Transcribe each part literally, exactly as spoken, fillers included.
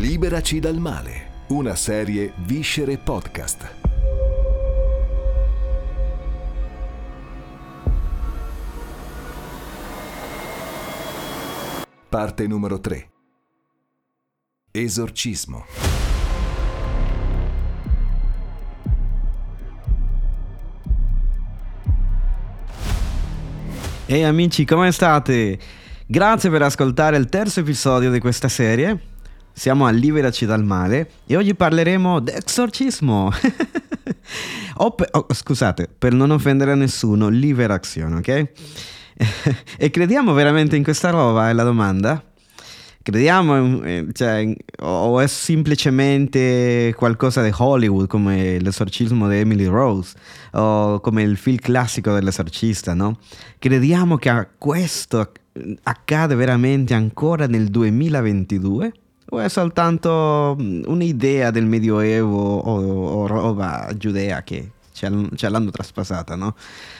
Liberaci dal male, una serie Viscere Podcast. Parte numero tre. Esorcismo. Ehi amici, come state? Grazie per ascoltare il terzo episodio di questa serie. Siamo a Liberaci dal male e oggi parleremo di esorcismo. oh, pe- oh, scusate, per non offendere nessuno, liberazione, ok? E crediamo veramente in questa roba, è la domanda? Crediamo, eh, cioè, o è semplicemente qualcosa di Hollywood come l'esorcismo di Emily Rose o come il film classico dell'esorcista, no? Crediamo che a questo accade veramente ancora nel duemilaventidue? O è soltanto un'idea del Medioevo o, o roba giudea che ce l'hanno traspassata, no?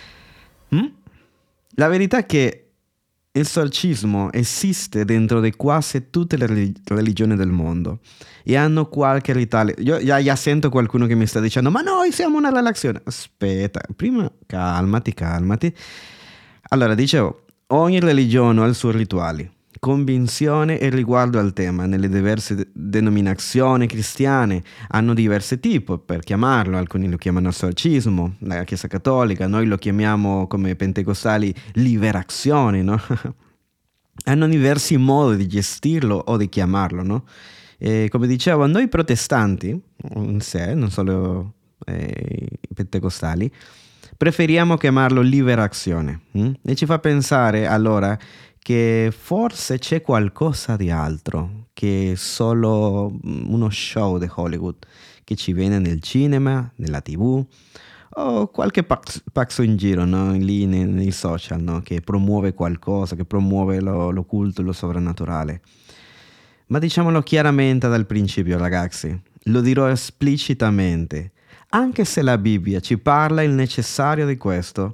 Mm? La verità è che il esorcismo esiste dentro di quasi tutte le religioni del mondo e hanno qualche rituale. Io già, già sento qualcuno che mi sta dicendo: ma noi siamo una relazione. Aspetta, prima calmati, calmati. Allora, dicevo, ogni religione ha i suoi rituali, convinzione e riguardo al tema. Nelle diverse denominazioni cristiane hanno diversi tipi per chiamarlo. Alcuni lo chiamano esorcismo, la Chiesa Cattolica, noi lo chiamiamo come pentecostali liberazione, no? Hanno diversi modi di gestirlo o di chiamarlo, no? E come dicevo, noi protestanti in sé, non solo eh, i pentecostali, preferiamo chiamarlo liberazione, hm? E ci fa pensare allora che forse c'è qualcosa di altro che solo uno show di Hollywood che ci viene nel cinema, nella tivù o qualche pazzo in giro, no? Lì nei, nei social, no? Che promuove qualcosa, che promuove lo, l'occulto, lo sovrannaturale. Ma diciamolo chiaramente dal principio, ragazzi, lo dirò esplicitamente, anche se la Bibbia ci parla il necessario di questo,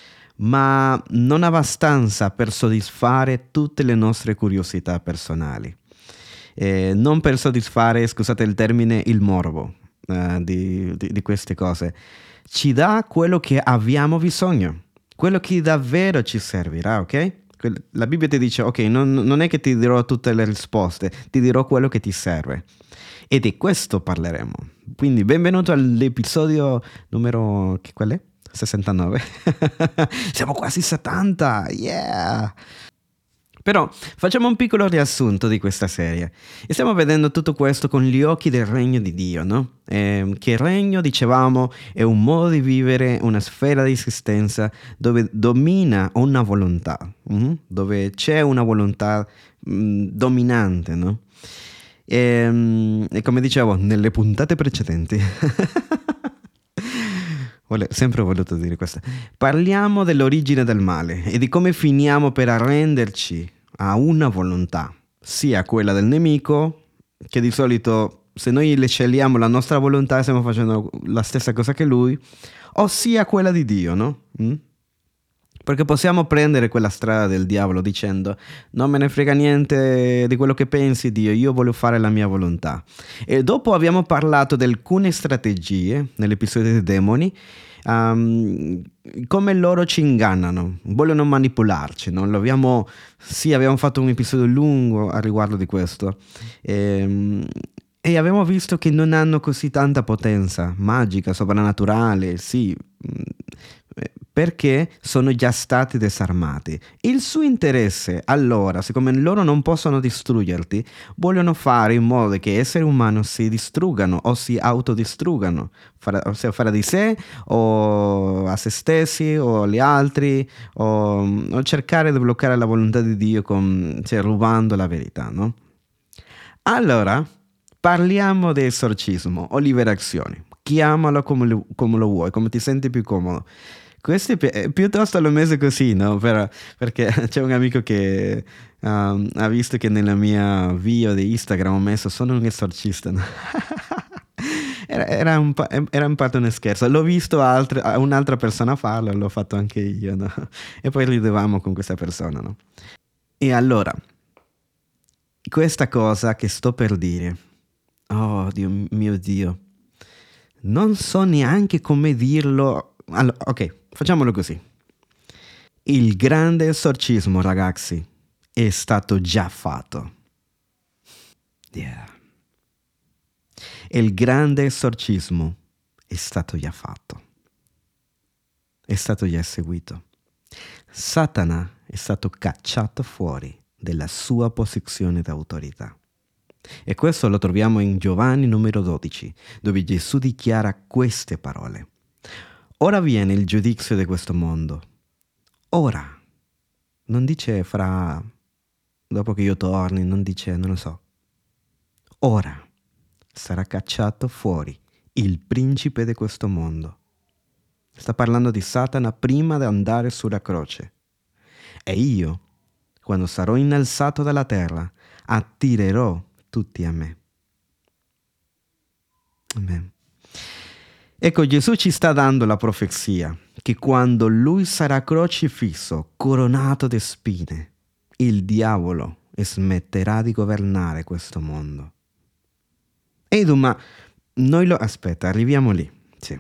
ma non abbastanza per soddisfare tutte le nostre curiosità personali. Eh, non per soddisfare, scusate il termine, il morbo eh, di, di, di queste cose. Ci dà quello che abbiamo bisogno, quello che davvero ci servirà, ok? La Bibbia ti dice, ok, non, non è che ti dirò tutte le risposte, ti dirò quello che ti serve. E di questo parleremo. Quindi benvenuto all'episodio numero... che qual è? sessantanove. Siamo quasi settanta, yeah! Però facciamo un piccolo riassunto di questa serie. E stiamo vedendo tutto questo con gli occhi del regno di Dio, no? Eh, che il regno, dicevamo, è un modo di vivere, una sfera di esistenza dove domina una volontà, mm? Dove c'è una volontà mm, dominante, no? E, e come dicevo nelle puntate precedenti... Ho sempre voluto dire questo. Parliamo dell'origine del male e di come finiamo per arrenderci a una volontà, sia quella del nemico, che di solito se noi le scegliamo la nostra volontà stiamo facendo la stessa cosa che lui, o sia quella di Dio, no? Mm? Perché possiamo prendere quella strada del diavolo dicendo non me ne frega niente di quello che pensi Dio, io voglio fare la mia volontà. E dopo abbiamo parlato di alcune strategie nell'episodio dei demoni, um, come loro ci ingannano, vogliono manipolarci, no? Lo abbiamo, sì, abbiamo fatto un episodio lungo a riguardo di questo. E, e abbiamo visto che non hanno così tanta potenza magica, soprannaturale, sì, perché sono già stati disarmati. Il suo interesse, allora, siccome loro non possono distruggerti, vogliono fare in modo che esseri umani si distruggano o si autodistruggano, ossia fare di sé o a se stessi o agli altri, o, o cercare di bloccare la volontà di Dio con, cioè, rubando la verità, no? Allora, parliamo di esorcismo o liberazione. Chiamalo come lo, come lo vuoi, come ti senti più comodo. Questo pi- piuttosto l'ho messo così, no? Per, perché c'è un amico che um, ha visto che nella mia bio di Instagram ho messo sono un esorcista, no? era, era, un pa- era un parte uno scherzo. L'ho visto altre, a un'altra persona farlo, l'ho fatto anche io, no? E poi ridevamo con questa persona, no? E allora, questa cosa che sto per dire Oh, Dio mio Dio. Non so neanche come dirlo. Allora, ok, facciamolo così. Il grande esorcismo, ragazzi, è stato già fatto. Yeah. Il grande esorcismo è stato già fatto. È stato già eseguito. Satana è stato cacciato fuori dalla sua posizione d'autorità. E questo lo troviamo in Giovanni numero dodici, dove Gesù dichiara queste parole. Ora viene il giudizio di questo mondo. Ora. Non dice fra... dopo che io torni, non dice, non lo so. Ora sarà cacciato fuori il principe di questo mondo. Sta parlando di Satana prima di andare sulla croce. E io, quando sarò innalzato dalla terra, attirerò tutti a me. Amen. Ecco, Gesù ci sta dando la profezia che quando lui sarà crocifisso, coronato di spine, il diavolo smetterà di governare questo mondo. Edu, ma noi lo... Aspetta, arriviamo lì. Sì.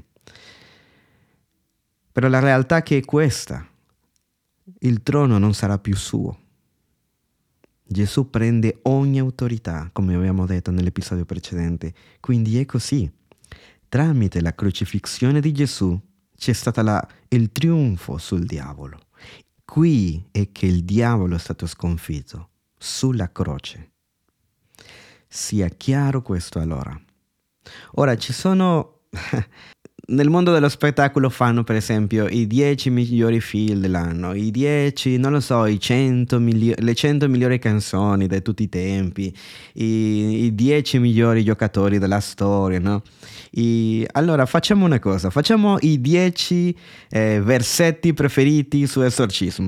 Però la realtà che è questa. Il trono non sarà più suo. Gesù prende ogni autorità, come abbiamo detto nell'episodio precedente. Quindi è così. Tramite la crocifissione di Gesù c'è stato la, il trionfo sul diavolo. Qui è che il diavolo è stato sconfitto, sulla croce. Sia chiaro questo allora. Ora ci sono... Nel mondo dello spettacolo fanno per esempio i dieci migliori film dell'anno, i dieci, non lo so, i cento milio- le cento migliori canzoni di tutti i tempi, i, i dieci migliori giocatori della storia, no? I, allora facciamo una cosa, facciamo i dieci eh, versetti preferiti su esorcismo.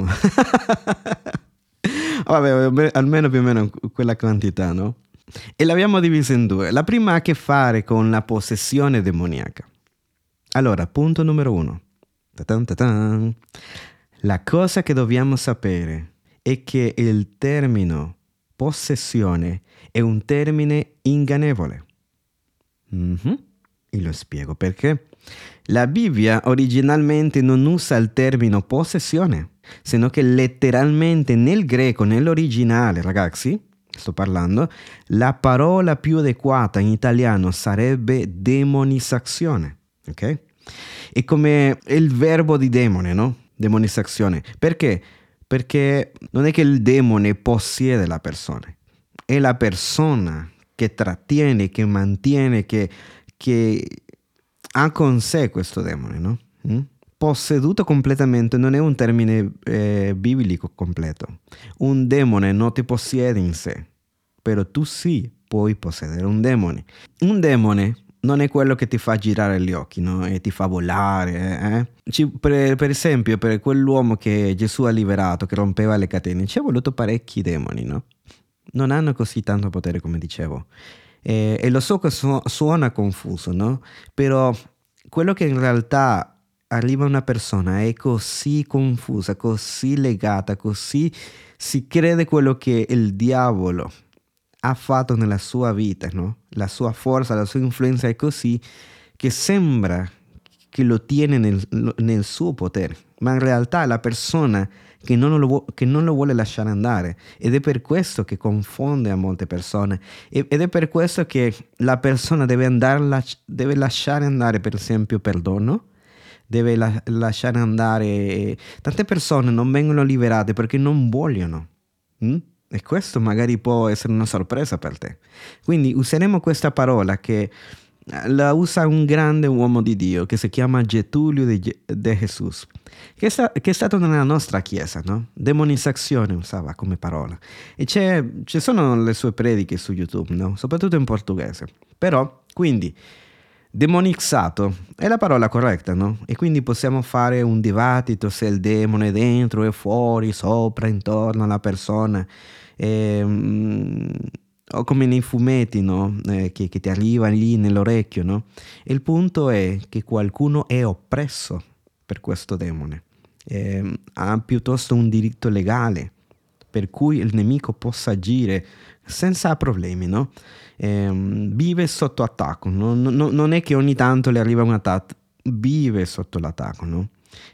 Vabbè, almeno più o meno quella quantità, no? E l'abbiamo diviso in due. La prima ha a che fare con la possessione demoniaca. Allora, punto numero uno. Ta-tan, ta-tan. La cosa che dobbiamo sapere è che il termine possessione è un termine ingannevole. Mm-hmm. E lo spiego perché. La Bibbia originalmente non usa il termine possessione, sino che letteralmente nel greco, nell'originale, ragazzi, sto parlando, la parola più adeguata in italiano sarebbe demonizzazione. Ok? È come il verbo di demone, no? Demonizzazione. Perché? Perché non è che il demone possiede la persona, è la persona che trattiene, che mantiene, che, che ha con sé questo demone, no? Mm? Posseduto completamente non è un termine eh, biblico completo. Un demone non ti possiede in sé, però tu sì puoi possedere un demone. Un demone non è quello che ti fa girare gli occhi, no? E ti fa volare. Eh? Ci, per, per esempio, per quell'uomo che Gesù ha liberato, che rompeva le catene, ci ha voluto parecchi demoni, no? Non hanno così tanto potere, come dicevo. E, e lo so che su, suona confuso, no? Però quello che in realtà arriva a una persona è così confusa, così legata, così si crede quello che il diavolo ha fatto nella sua vita, no? La sua forza, la sua influenza è così che sembra che lo tiene nel, nel suo potere, ma in realtà è la persona che non, lo, che non lo vuole lasciare andare, ed è per questo che confonde a molte persone, ed è per questo che la persona deve, andare, deve lasciare andare, per esempio, perdono, deve la, lasciare andare. Tante persone non vengono liberate perché non vogliono. Mm? E questo magari può essere una sorpresa per te. Quindi useremo questa parola che la usa un grande uomo di Dio che si chiama Getulio de, de Jesus, che, sta, che è stato nella nostra chiesa, no? Demonizzazione usava come parola. E c'è, ci sono le sue prediche su YouTube, no? Soprattutto in portoghese. Però, quindi, demonizzato è la parola corretta, no? E quindi possiamo fare un dibattito se il demone è dentro e fuori, sopra, intorno alla persona, e, um, o come nei fumetti, no? Eh, che, che ti arriva lì nell'orecchio, no? E il punto è che qualcuno è oppresso per questo demone, eh, ha piuttosto un diritto legale per cui il nemico possa agire senza problemi, no? Ehm, vive sotto attacco, no? Non, non è che ogni tanto le arriva un attacco, vive sotto l'attacco, no?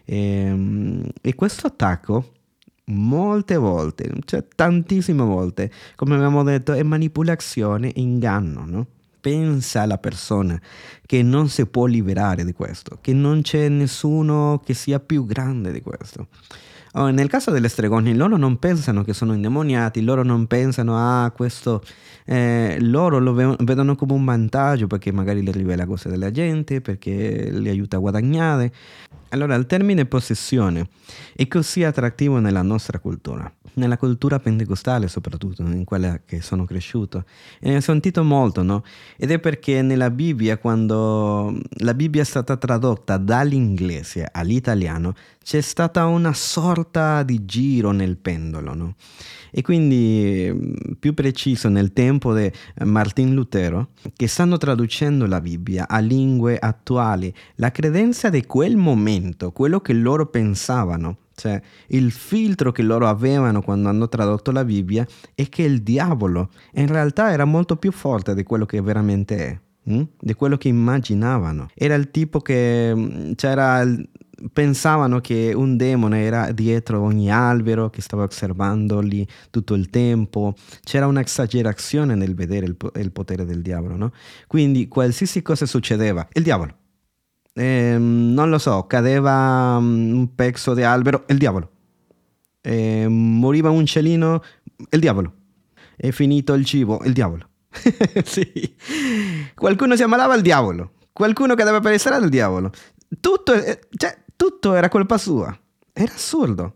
Ehm, e questo attacco molte volte, cioè tantissime volte, come abbiamo detto, è manipolazione e inganno, no? Pensa alla persona che non si può liberare di questo, che non c'è nessuno che sia più grande di questo. Oh, nel caso delle stregoni, loro non pensano che sono indemoniati, loro non pensano a ah, questo, eh, loro lo ve- vedono come un vantaggio perché magari le rivela cose della gente, perché li aiuta a guadagnare. Allora, il termine possessione è così attrattivo nella nostra cultura, nella cultura pentecostale soprattutto, in quella che sono cresciuto. E ne ho sentito molto, no? Ed è perché nella Bibbia, quando la Bibbia è stata tradotta dall'inglese all'italiano, c'è stata una sorta di giro nel pendolo, no? E quindi, più preciso, nel tempo di Martin Lutero, che stanno traducendo la Bibbia a lingue attuali, la credenza di quel momento, quello che loro pensavano, cioè il filtro che loro avevano quando hanno tradotto la Bibbia, è che il diavolo in realtà era molto più forte di quello che veramente è. Mm? Di quello che immaginavano. Era il tipo che c'era il, pensavano che un demone era dietro ogni albero, che stava osservandoli tutto il tempo. C'era un'esagerazione nel vedere il, il potere del diavolo, no? Quindi qualsiasi cosa succedeva, il diavolo. Eh, non lo so, cadeva un pezzo di albero, il diavolo. Eh, moriva un uccellino, il diavolo. È finito il cibo, il diavolo. Sì. Qualcuno si ammalava, il diavolo. Qualcuno cadeva per strada, il diavolo. Tutto, cioè, tutto era colpa sua. Era assurdo.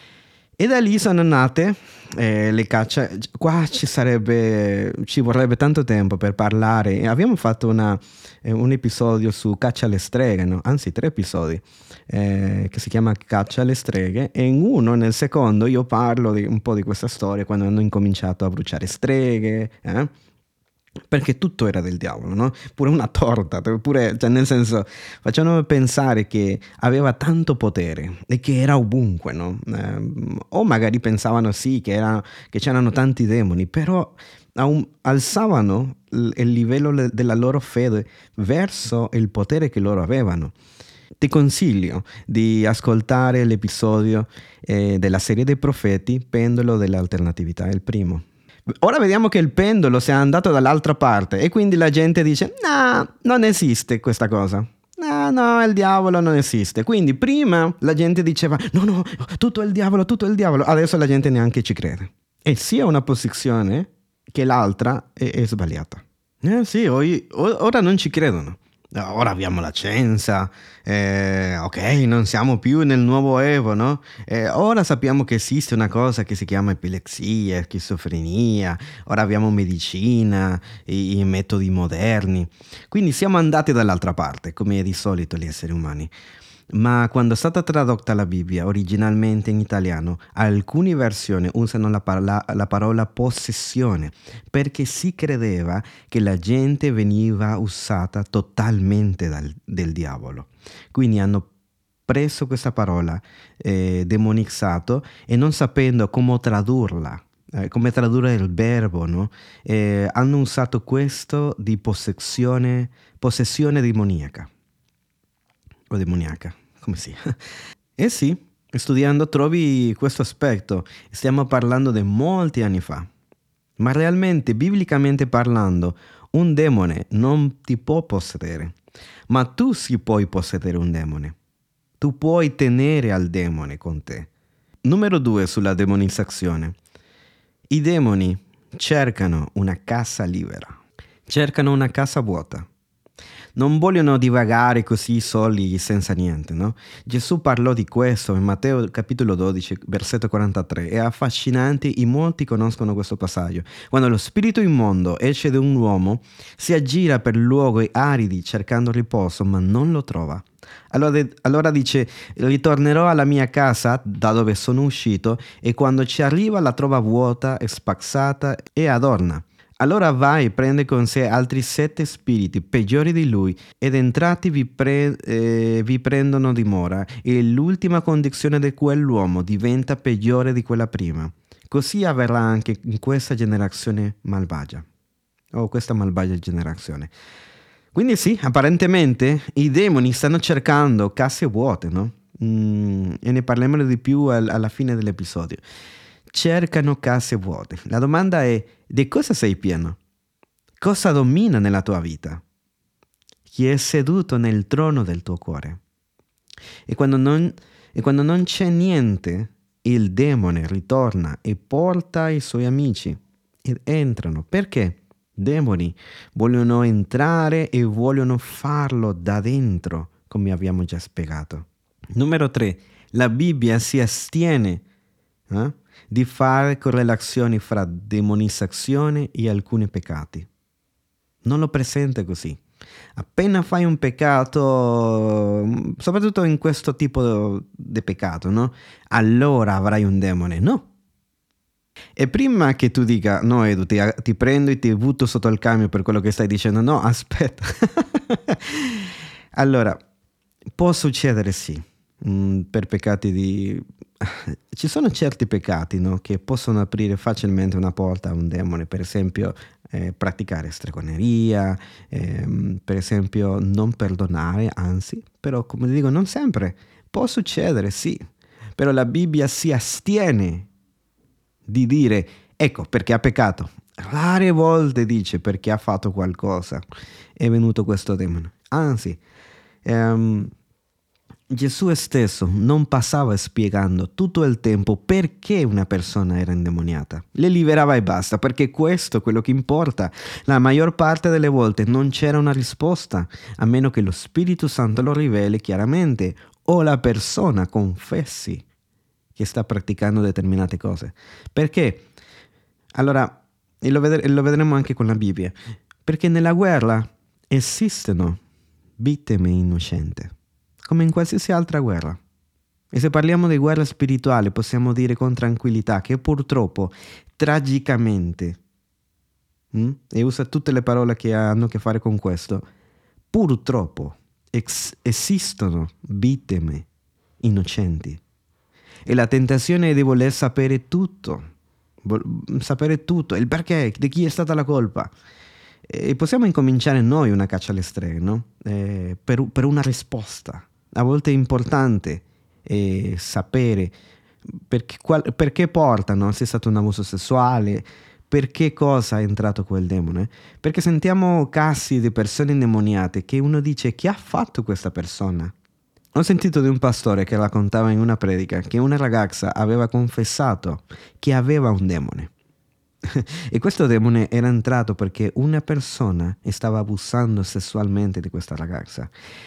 E da lì sono nate eh, le cacce. Qua ci sarebbe, ci vorrebbe tanto tempo per parlare. Abbiamo fatto una, eh, un episodio su Caccia alle streghe, no? Anzi tre episodi, eh, che si chiama Caccia alle streghe. E in uno, nel secondo, io parlo di, un po' di questa storia, quando hanno incominciato a bruciare streghe, eh? Perché tutto era del diavolo, no? Pure una torta, pure, cioè nel senso, facciano pensare che aveva tanto potere e che era ovunque, no? Eh, o magari pensavano sì che, era, che c'erano tanti demoni, però un, alzavano il, il livello le, della loro fede verso il potere che loro avevano. Ti consiglio di ascoltare l'episodio eh, della serie dei profeti, Pendolo dell'alternatività, il primo. Ora vediamo che il pendolo si è andato dall'altra parte e quindi la gente dice no, non esiste questa cosa. No, no, il diavolo non esiste. Quindi prima la gente diceva no, no, tutto è il diavolo, tutto è il diavolo. Adesso la gente neanche ci crede. E sia una posizione che l'altra è, è sbagliata. Eh sì, oi, ora non ci credono. Ora abbiamo la scienza, eh, ok, non siamo più nel nuovo Evo, no? Eh, ora sappiamo che esiste una cosa che si chiama epilessia, schizofrenia, ora abbiamo medicina, i, i metodi moderni. Quindi siamo andati dall'altra parte, come di solito gli esseri umani. Ma quando è stata tradotta la Bibbia originalmente in italiano, alcune versioni usano la, parola, la parola possessione perché si credeva che la gente veniva usata totalmente dal, del diavolo. Quindi hanno preso questa parola, eh, demonizzato, e non sapendo come tradurla, eh, come tradurre il verbo, no? eh, hanno usato questo di possessione, possessione demoniaca. O demoniaca, come sia. Eh sì, studiando trovi questo aspetto. Stiamo parlando di molti anni fa. Ma realmente, biblicamente parlando, un demone non ti può possedere. Ma tu sì puoi possedere un demone. Tu puoi tenere al demone con te. Numero due sulla demonizzazione. I demoni cercano una casa libera. Cercano una casa vuota. Non vogliono divagare così soli senza niente, no? Gesù parlò di questo in Matteo capitolo dodici, versetto quarantatré. È affascinante e molti conoscono questo passaggio. Quando lo spirito immondo esce da un uomo, si aggira per luoghi aridi cercando riposo, ma non lo trova. Allora, allora dice, ritornerò alla mia casa da dove sono uscito e quando ci arriva la trova vuota, spazzata e adorna. Allora va e prende con sé altri sette spiriti peggiori di lui ed entrati vi, pre- eh, vi prendono dimora e l'ultima condizione di quell'uomo diventa peggiore di quella prima. Così avverrà anche in questa generazione malvagia, o questa malvagia generazione. Quindi sì, apparentemente i demoni stanno cercando casse vuote, no? Mm, e ne parleremo di più al- alla fine dell'episodio. Cercano casse vuote. La domanda è: di cosa sei pieno? Cosa domina nella tua vita? Chi è seduto nel trono del tuo cuore? E quando non, e quando non c'è niente, il demone ritorna e porta i suoi amici ed entrano. Perché? Demoni vogliono entrare e vogliono farlo da dentro, come abbiamo già spiegato. Numero tre. La Bibbia si astiene eh, di fare correlazioni fra demonizzazione e alcuni peccati. Non lo presenta così. Appena fai un peccato, soprattutto in questo tipo di peccato, no? Allora avrai un demone. No. E prima che tu dica: no Edu, ti, ti prendo e ti butto sotto il camion per quello che stai dicendo, no, aspetta. Allora, può succedere sì, mh, per peccati di... Ci sono certi peccati, no, che possono aprire facilmente una porta a un demone. Per esempio eh, praticare stregoneria, ehm, per esempio non perdonare, anzi, però come dico, non sempre. Può succedere, sì, però la Bibbia si astiene di dire: ecco perché ha peccato. Rare volte dice perché ha fatto qualcosa è venuto questo demone. Anzi, ehm, Gesù stesso non passava spiegando tutto il tempo perché una persona era indemoniata. Le liberava e basta, perché questo è quello che importa. La maggior parte delle volte non c'era una risposta, a meno che lo Spirito Santo lo riveli chiaramente o la persona confessi che sta praticando determinate cose. Perché? Allora, e lo, vedre- lo vedremo anche con la Bibbia, perché nella guerra esistono vittime innocenti, come in qualsiasi altra guerra. E se parliamo di guerra spirituale, possiamo dire con tranquillità che purtroppo, tragicamente, mh, e usa tutte le parole che hanno a che fare con questo, purtroppo ex- esistono vittime innocenti. E la tentazione è di voler sapere tutto, vol- sapere tutto, il perché, di chi è stata la colpa. E possiamo incominciare noi una caccia alle streghe, no? Eh, per, per una risposta. A volte è importante eh, sapere perché, qual- perché porta, no? Se è stato un abuso sessuale, per che cosa è entrato quel demone. Perché sentiamo casi di persone indemoniate che uno dice: che ha fatto questa persona? Ho sentito di un pastore che raccontava in una predica che una ragazza aveva confessato che aveva un demone. E questo demone era entrato perché una persona stava abusando sessualmente di questa ragazza.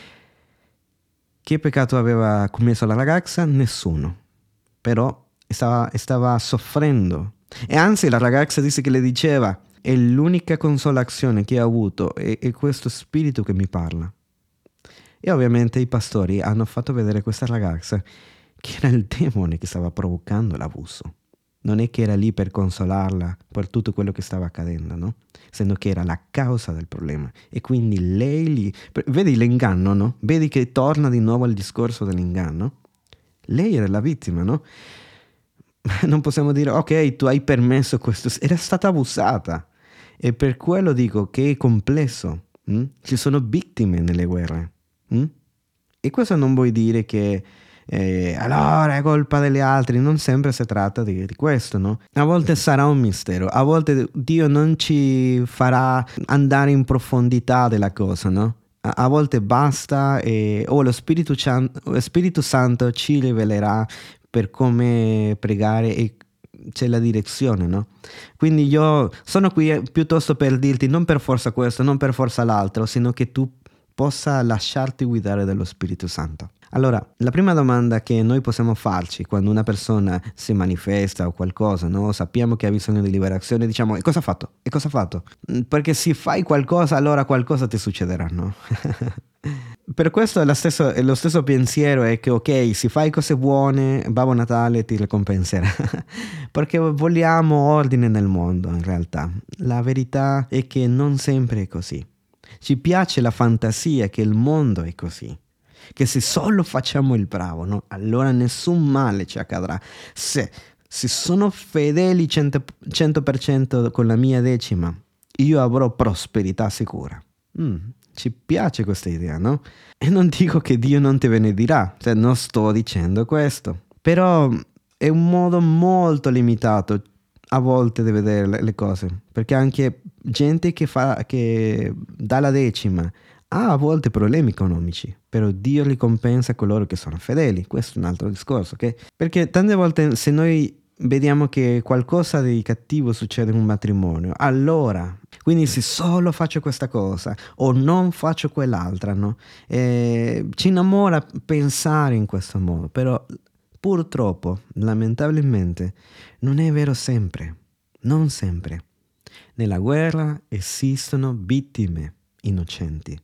Che peccato aveva commesso la ragazza? Nessuno. Però stava, stava soffrendo. E anzi la ragazza disse che le diceva: è l'unica consolazione che ho avuto, è, è questo spirito che mi parla. E ovviamente i pastori hanno fatto vedere a questa ragazza che era il demone che stava provocando l'abuso. Non è che era lì per consolarla per tutto quello che stava accadendo, no? Essendo che era la causa del problema. E quindi lei lì... Vedi l'inganno, no? Vedi che torna di nuovo al discorso dell'inganno? Lei era la vittima, no? Non possiamo dire: ok, tu hai permesso questo. Era stata abusata. E per quello dico che è complesso. Hm? Ci sono vittime nelle guerre. Mm? E questo non vuol dire che eh, allora è colpa degli altri, non sempre si tratta di, di questo, no? A volte sarà un mistero, a volte Dio non ci farà andare in profondità della cosa, no? A, a volte basta e o lo Spirito, Cian- lo Spirito Santo ci rivelerà per come pregare e c'è la direzione, no? Quindi io sono qui piuttosto per dirti non per forza questo, non per forza l'altro, sino che tu possa lasciarti guidare dallo Spirito Santo. Allora, la prima domanda che noi possiamo farci quando una persona si manifesta o qualcosa, no? Sappiamo che ha bisogno di liberazione, diciamo: e cosa ha fatto? E cosa ha fatto? Perché se fai qualcosa, allora qualcosa ti succederà, no? Per questo è lo, stesso, è lo stesso pensiero è che ok, se fai cose buone, Babbo Natale ti ricompenserà. Perché vogliamo ordine nel mondo, in realtà. La verità è che non sempre è così. Ci piace la fantasia che il mondo è così, che se solo facciamo il bravo, no? Allora nessun male ci accadrà. Se, se sono fedeli cento, cento per cento con la mia decima, io avrò prosperità sicura. Mm, ci piace questa idea, no? E non dico che Dio non ti benedirà, cioè non sto dicendo questo, però è un modo molto limitato a volte di vedere le, le cose, perché anche gente che fa, che dà la decima ha a volte problemi economici, però Dio ricompensa coloro che sono fedeli. Questo è un altro discorso, ok? Perché tante volte se noi vediamo che qualcosa di cattivo succede in un matrimonio, allora, quindi se solo faccio questa cosa o non faccio quell'altra, no? E ci innamora pensare in questo modo, però purtroppo, lamentabilmente, non è vero sempre, non sempre. Nella guerra esistono vittime innocenti.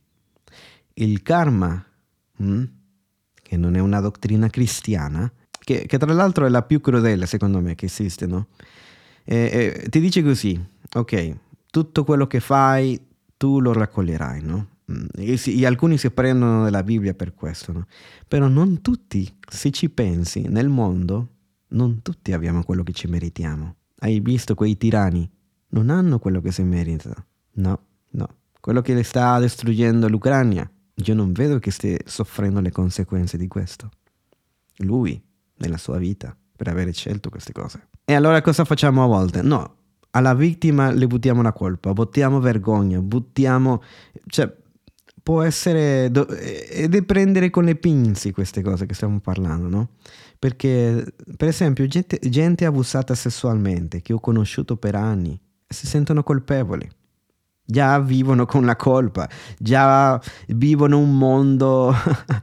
Il karma, mm, che non è una dottrina cristiana, che, che tra l'altro è la più crudele secondo me che esiste, no? E, e, ti dice così, ok, tutto quello che fai tu lo raccoglierai, no? E, si, e alcuni si prendono dalla Bibbia per questo, no? Però non tutti, se ci pensi, nel mondo, non tutti abbiamo quello che ci meritiamo. Hai visto quei tiranni? Non hanno quello che si meritano. No, no. Quello che sta distruggendo l'Ucraina, io non vedo che stia soffrendo le conseguenze di questo. Lui, nella sua vita, per aver scelto queste cose. E allora cosa facciamo a volte? No, alla vittima le buttiamo la colpa, buttiamo vergogna, buttiamo... Cioè, può essere... Do... ed è prendere con le pinze queste cose che stiamo parlando, no? Perché, per esempio, gente, gente abusata sessualmente, che ho conosciuto per anni, si sentono colpevoli. Già vivono con la colpa, già vivono un mondo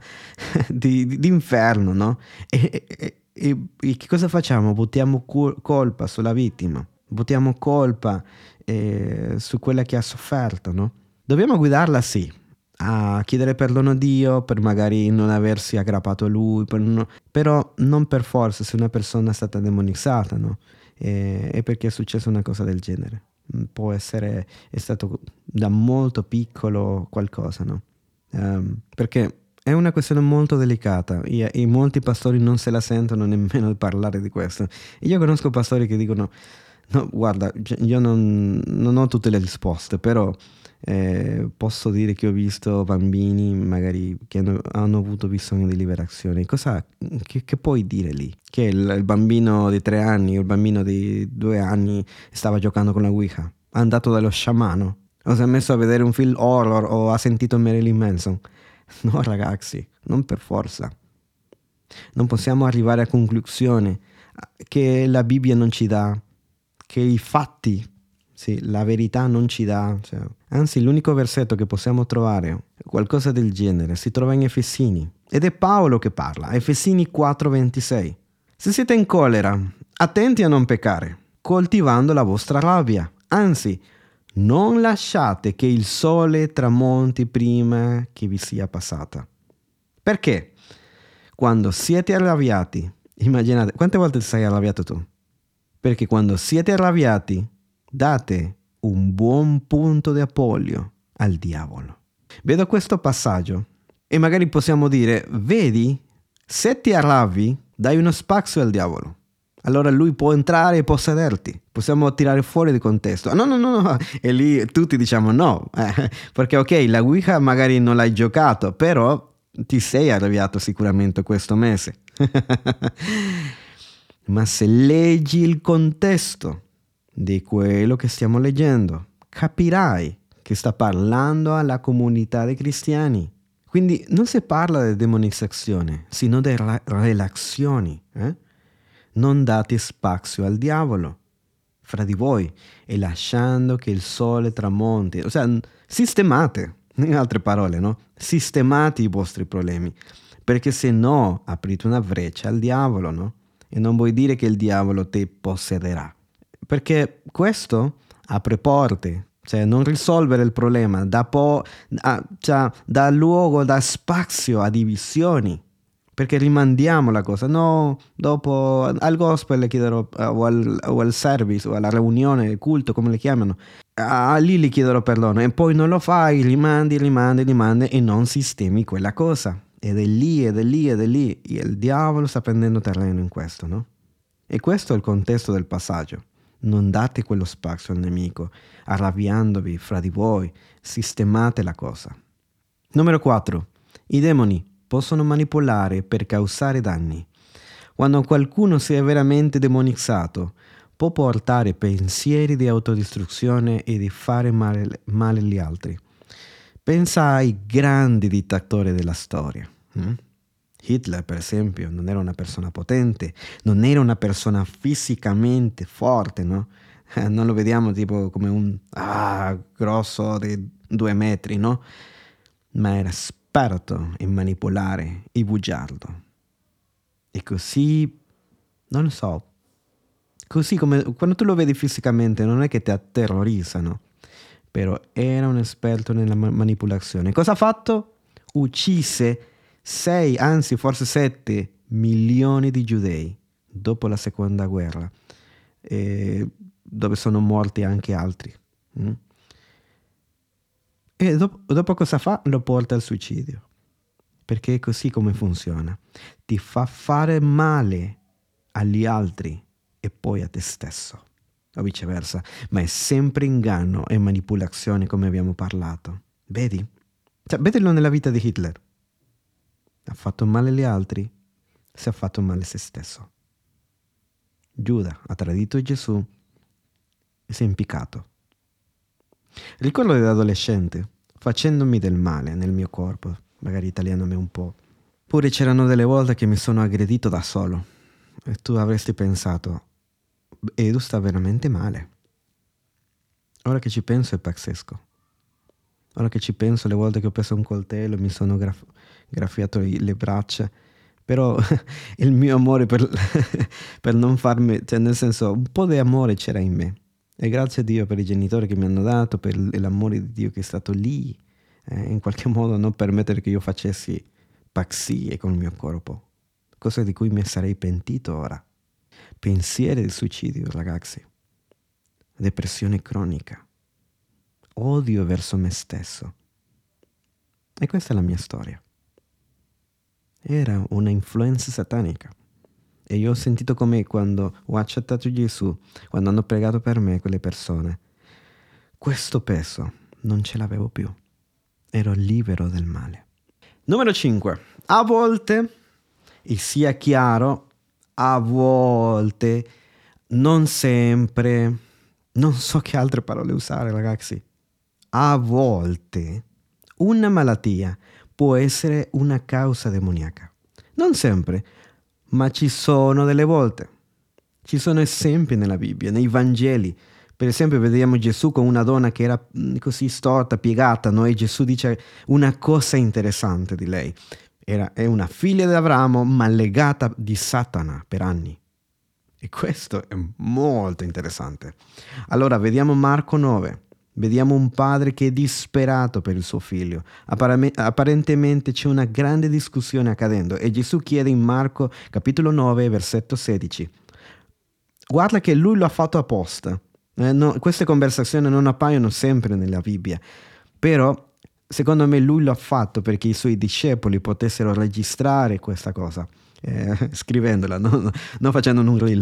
di, di, di inferno, no? E, e, e, e che cosa facciamo? Buttiamo colpa sulla vittima, buttiamo colpa eh, su quella che ha sofferto, no? Dobbiamo guidarla, sì, a chiedere perdono a Dio per magari non aversi aggrappato a Lui, per no, però non per forza se una persona è stata demonizzata, no? E, e perché è successa una cosa del genere. Può essere, è stato da molto piccolo qualcosa, no? Um, perché è una questione molto delicata e, e molti pastori non se la sentono nemmeno di parlare di questo. E io conosco pastori che dicono, no, guarda, io non, non ho tutte le risposte, però eh, posso dire che ho visto bambini magari che hanno, hanno avuto bisogno di liberazione. Cosa, che, che puoi dire lì? Che il, il bambino di tre anni o il bambino di due anni stava giocando con la Ouija, è andato dallo sciamano o si è messo a vedere un film horror o ha sentito Marilyn Manson? No ragazzi, non per forza. Non possiamo arrivare a conclusioni che la Bibbia non ci dà, che i fatti, sì, la verità non ci dà, cioè, anzi l'unico versetto che possiamo trovare qualcosa del genere si trova in Efesini ed è Paolo che parla, Efesini quattro ventisei. Se siete in collera, attenti a non peccare, coltivando la vostra rabbia, anzi non lasciate che il sole tramonti prima che vi sia passata. Perché? Quando siete arrabbiati, immaginate, quante volte sei arrabbiato tu? Perché quando siete arrabbiati, date un buon punto di appoggio al diavolo. Vedo questo passaggio e magari possiamo dire, vedi, se ti arrabbi, dai uno spazio al diavolo. Allora lui può entrare e possederti. Possiamo tirare fuori di contesto. No, no, no, no. E lì tutti diciamo no. Eh, perché ok, la Ouija magari non l'hai giocato, però ti sei arrabbiato sicuramente questo mese. Ma se leggi il contesto di quello che stiamo leggendo, capirai che sta parlando alla comunità dei cristiani. Quindi non si parla di demonizzazione, sino di ra- relazioni. Eh? Non date spazio al diavolo fra di voi e lasciando che il sole tramonti. O sea, sistemate, in altre parole, no? Sistemate i vostri problemi, perché se no aprite una breccia al diavolo, no? E non vuoi dire che il diavolo ti possederà. Perché questo apre porte, cioè non risolvere il problema, dà, po- ah, cioè, dà luogo, dà spazio a divisioni, perché rimandiamo la cosa. No, dopo al gospel le chiederò, o al, o al service, o alla riunione, il culto, come le chiamano, ah, lì gli chiederò perdono, e poi non lo fai, rimandi, rimandi, rimandi, e non sistemi quella cosa. Ed è lì, ed è lì, ed è lì, e il diavolo sta prendendo terreno in questo, no? E questo è il contesto del passaggio. Non date quello spazio al nemico, arrabbiandovi fra di voi, sistemate la cosa. Numero quattro. I demoni possono manipolare per causare danni. Quando qualcuno si è veramente demonizzato, può portare pensieri di autodistruzione e di fare male, male agli altri. Pensa ai grandi dittatori della storia. Hm? Hitler, per esempio, non era una persona potente, non era una persona fisicamente forte, no? Eh, non lo vediamo tipo come un ah, grosso di due metri, no? Ma era esperto in manipolare e bugiardo. E così, non lo so, così come quando tu lo vedi fisicamente non è che ti atterrorizzano, però era un esperto nella ma- manipolazione. Cosa ha fatto? Uccise sei, anzi forse sette milioni di giudei dopo la seconda guerra, eh, dove sono morti anche altri. Mm? E dopo, dopo cosa fa? Lo porta al suicidio. Perché è così come funziona. Ti fa fare male agli altri e poi a te stesso. O viceversa. Ma è sempre inganno e manipolazione, come abbiamo parlato. Vedi? Cioè, vedilo nella vita di Hitler. Ha fatto male agli altri, si è fatto male a se stesso. Giuda ha tradito Gesù e si è impiccato. Ricordo da adolescente, facendomi del male nel mio corpo, magari tagliandomi un po'. Pure c'erano delle volte che mi sono aggredito da solo e tu avresti pensato, Edu sta veramente male. Ora che ci penso è pazzesco. Ora che ci penso, le volte che ho preso un coltello mi sono graf- graffiato le braccia, però il mio amore per, per non farmi, cioè nel senso, un po' di amore c'era in me. E grazie a Dio per i genitori che mi hanno dato, per l'amore di Dio che è stato lì, eh, in qualche modo non permettere che io facessi pazzie con il mio corpo, cosa di cui mi sarei pentito ora. Pensieri di suicidio, ragazzi, depressione cronica, odio verso me stesso. E questa è la mia storia. Era una influenza satanica. E io ho sentito come quando ho accettato Gesù, quando hanno pregato per me quelle persone, questo peso non ce l'avevo più. Ero libero del male. Numero cinque. A volte, e sia chiaro, a volte, non sempre, non so che altre parole usare, ragazzi. A volte una malattia può essere una causa demoniaca. Non sempre, ma ci sono delle volte. Ci sono esempi nella Bibbia, nei Vangeli. Per esempio vediamo Gesù con una donna che era così storta, piegata, no? E Gesù dice una cosa interessante di lei. Era, è una figlia di Abramo, ma legata di Satana per anni. E questo è molto interessante. Allora, vediamo Marco nove. Vediamo un padre che è disperato per il suo figlio. Apparentemente c'è una grande discussione accadendo e Gesù chiede in Marco capitolo nove, versetto sedici. Guarda che lui lo ha fatto apposta. Eh, no, queste conversazioni non appaiono sempre nella Bibbia, però secondo me lui lo ha fatto perché i suoi discepoli potessero registrare questa cosa, eh, scrivendola, no? Non facendo un reel.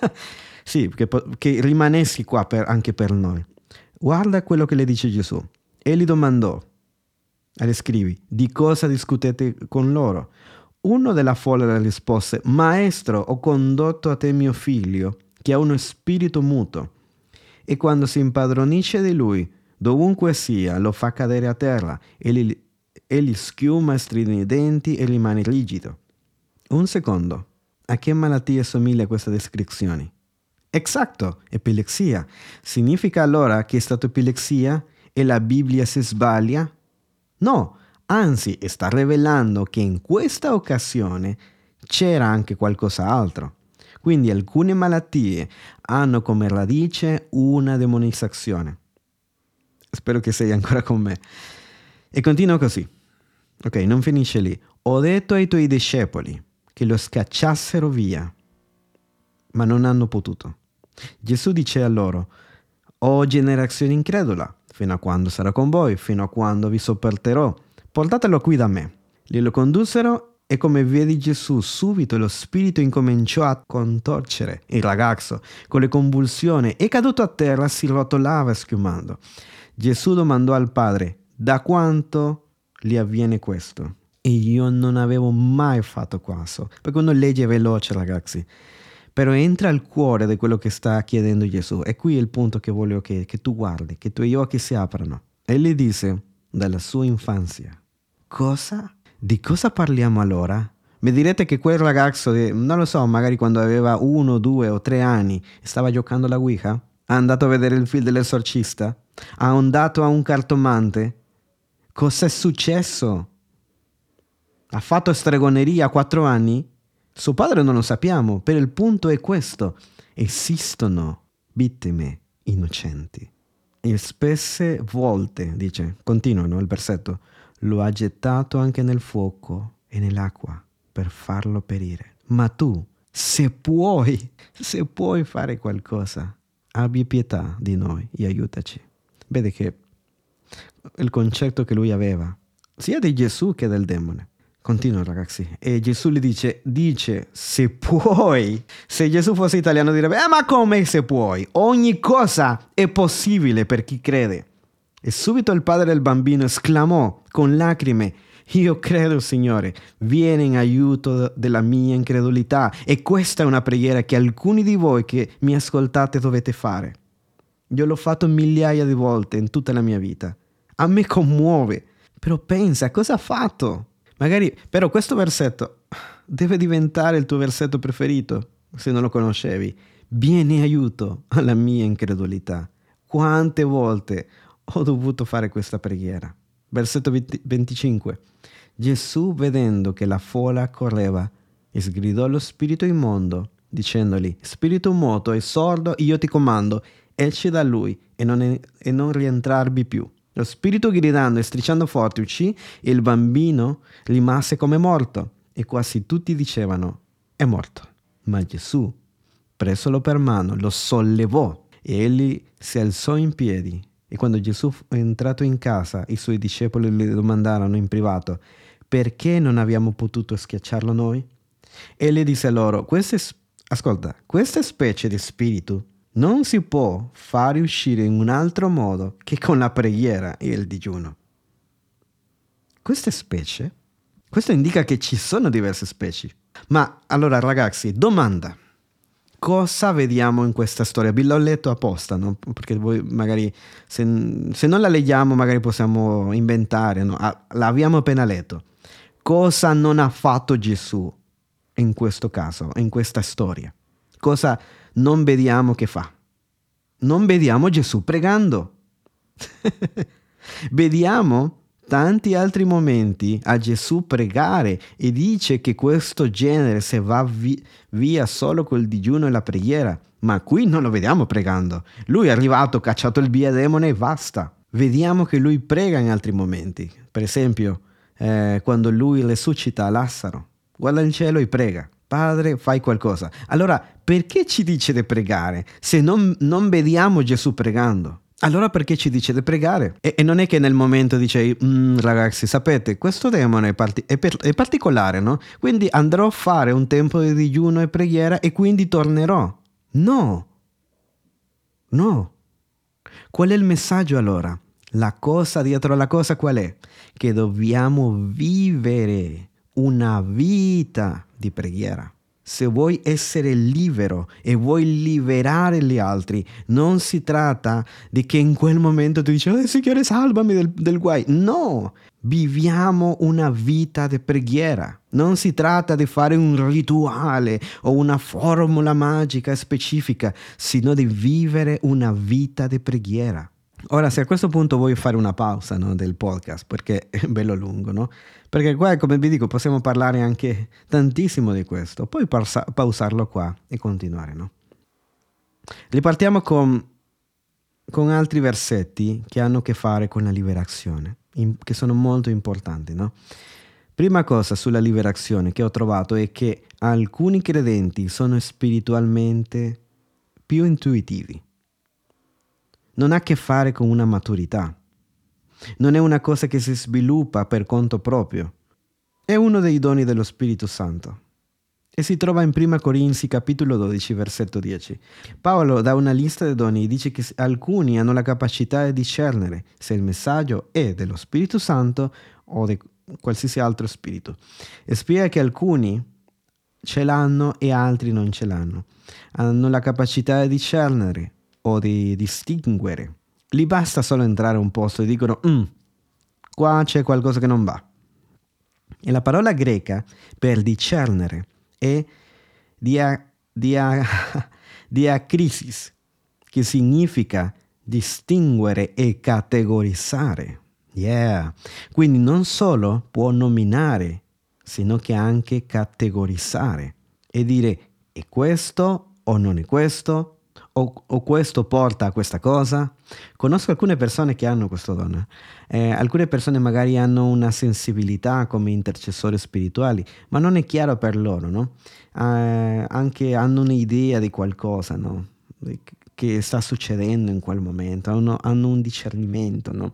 Sì, che, che rimanessi qua per, anche per noi. Guarda quello che le dice Gesù. E gli domandò, e le scrivi, di cosa discutete con loro? Uno della folla le rispose, Maestro, ho condotto a te mio figlio, che ha uno spirito muto, e quando si impadronisce di lui, dovunque sia, lo fa cadere a terra, e gli, e gli schiuma, stride i denti e rimane rigido. Un secondo, a che malattia somiglia questa descrizione? Esatto, epilessia. Significa allora che è stato epilessia e la Bibbia si sbaglia? No, anzi sta rivelando che in questa occasione c'era anche qualcos'altro. Quindi alcune malattie hanno come radice una demonizzazione. Spero che sei ancora con me. E continua così. Ok, non finisce lì. Ho detto ai tuoi discepoli che lo scacciassero via, ma non hanno potuto. Gesù dice a loro, o generazione incredula, fino a quando sarò con voi, fino a quando vi sopporterò, portatelo qui da me. Li lo condussero E come vedi Gesù, subito lo spirito incominciò a contorcere il ragazzo con le convulsioni, è caduto a terra, si rotolava schiumando. Gesù domandò al padre: da quanto gli avviene questo? E io non avevo mai fatto caso, perché uno legge veloce, ragazzi, però entra al cuore di quello che sta chiedendo Gesù. E qui è il punto che voglio che, che tu guardi, che i tuoi occhi si aprano. E gli disse: dalla sua infanzia. Cosa? Di cosa parliamo allora? Mi direte che quel ragazzo, non lo so, magari quando aveva uno, due o tre anni, stava giocando alla Ouija? Ha andato a vedere il film dell'esorcista? Ha andato a un cartomante? Cos'è successo? Ha fatto stregoneria a quattro anni? Suo padre non lo sappiamo, però il punto è questo. Esistono vittime innocenti. E spesse volte, dice, continuano il versetto, lo ha gettato anche nel fuoco e nell'acqua per farlo perire. Ma tu, se puoi, se puoi fare qualcosa, abbi pietà di noi e aiutaci. Vede che il concetto che lui aveva, sia di Gesù che del demone. Continua, ragazzi. E Gesù gli dice, dice, se puoi. Se Gesù fosse italiano direbbe, eh, ma come se puoi? Ogni cosa è possibile per chi crede. E subito il padre del bambino esclamò con lacrime, io credo, Signore, vieni in aiuto della mia incredulità. E questa è una preghiera che alcuni di voi che mi ascoltate dovete fare. Io l'ho fatto migliaia di volte in tutta la mia vita. A me commuove. Però pensa, cosa ha fatto? Magari, però questo versetto deve diventare il tuo versetto preferito, se non lo conoscevi. Vieni aiuto alla mia incredulità. Quante volte ho dovuto fare questa preghiera? Versetto venticinque. Gesù, vedendo che la folla correva, sgridò lo spirito immondo, dicendogli, spirito muto e sordo, io ti comando, esci da lui e non, è, e non rientrarvi più. Lo spirito gridando e strisciando forte uscì e il bambino rimase come morto e quasi tutti dicevano è morto. Ma Gesù, presolo per mano, lo sollevò e egli si alzò in piedi. E quando Gesù fu entrato in casa, i suoi discepoli gli domandarono in privato perché non abbiamo potuto schiacciarlo noi? Egli disse loro, queste, ascolta, questa specie di spirito non si può fare uscire in un altro modo che con la preghiera e il digiuno. Queste specie? Questo indica che ci sono diverse specie. Ma allora ragazzi, domanda. Cosa vediamo in questa storia? Vi l'ho letto apposta, no? Perché voi magari, se, se non la leggiamo, magari possiamo inventare, no? Ah, l'abbiamo appena letto. Cosa non ha fatto Gesù in questo caso, in questa storia? Cosa non vediamo che fa? Non vediamo Gesù pregando. Vediamo tanti altri momenti a Gesù pregare e dice che questo genere se va vi- via solo col digiuno e la preghiera. Ma qui non lo vediamo pregando. Lui è arrivato, cacciato il via demone e basta. Vediamo che lui prega in altri momenti. Per esempio, eh, quando lui resuscita Lazzaro. Guarda in cielo e prega. Padre, fai qualcosa. Allora, perché ci dice di pregare se non, non vediamo Gesù pregando? Allora perché ci dice di pregare? E, e non è che nel momento dice, mm, ragazzi, sapete, questo demone è, parti- è, per- è particolare, no? Quindi andrò a fare un tempo di digiuno e preghiera e quindi tornerò. No. No. Qual è il messaggio allora? La cosa dietro la cosa qual è? Che dobbiamo vivere una vita di preghiera. Se vuoi essere libero e vuoi liberare gli altri, non si tratta di che in quel momento tu dici, oh, Signore, salvami del, del guai. No, viviamo una vita di preghiera. Non si tratta di fare un rituale o una formula magica specifica, sino di vivere una vita di preghiera. Ora, se a questo punto voglio fare una pausa, no, del podcast, perché è bello lungo, no? Perché qua, come vi dico, possiamo parlare anche tantissimo di questo. Poi pausa- pausarlo qua e continuare, no? Ripartiamo con, con altri versetti che hanno a che fare con la liberazione, in, che sono molto importanti, no? Prima cosa sulla liberazione che ho trovato è che alcuni credenti sono spiritualmente più intuitivi. Non ha a che fare con una maturità. Non è una cosa che si sviluppa per conto proprio. è uno dei doni dello Spirito Santo e si trova in prima Corinzi capitolo dodici versetto dieci. Paolo dà una lista dei doni e dice che alcuni hanno la capacità di discernere se il messaggio è dello Spirito Santo o di qualsiasi altro spirito, e spiega che alcuni ce l'hanno e altri non ce l'hanno. Hanno la capacità di discernere o di distinguere. Gli basta solo entrare a un posto e dicono mm, qua c'è qualcosa che non va. E la parola greca per discernere è dia, dia, diacrisis, che significa distinguere e categorizzare. Yeah. Quindi non solo può nominare, sino che anche categorizzare e dire è questo o non è questo, o, o questo porta a questa cosa. Conosco alcune persone che hanno questo dono. Eh, alcune persone magari hanno una sensibilità come intercessori spirituali, ma non è chiaro per loro, no? Eh, anche hanno un'idea di qualcosa, no? Che sta succedendo in quel momento, hanno, hanno un discernimento, no?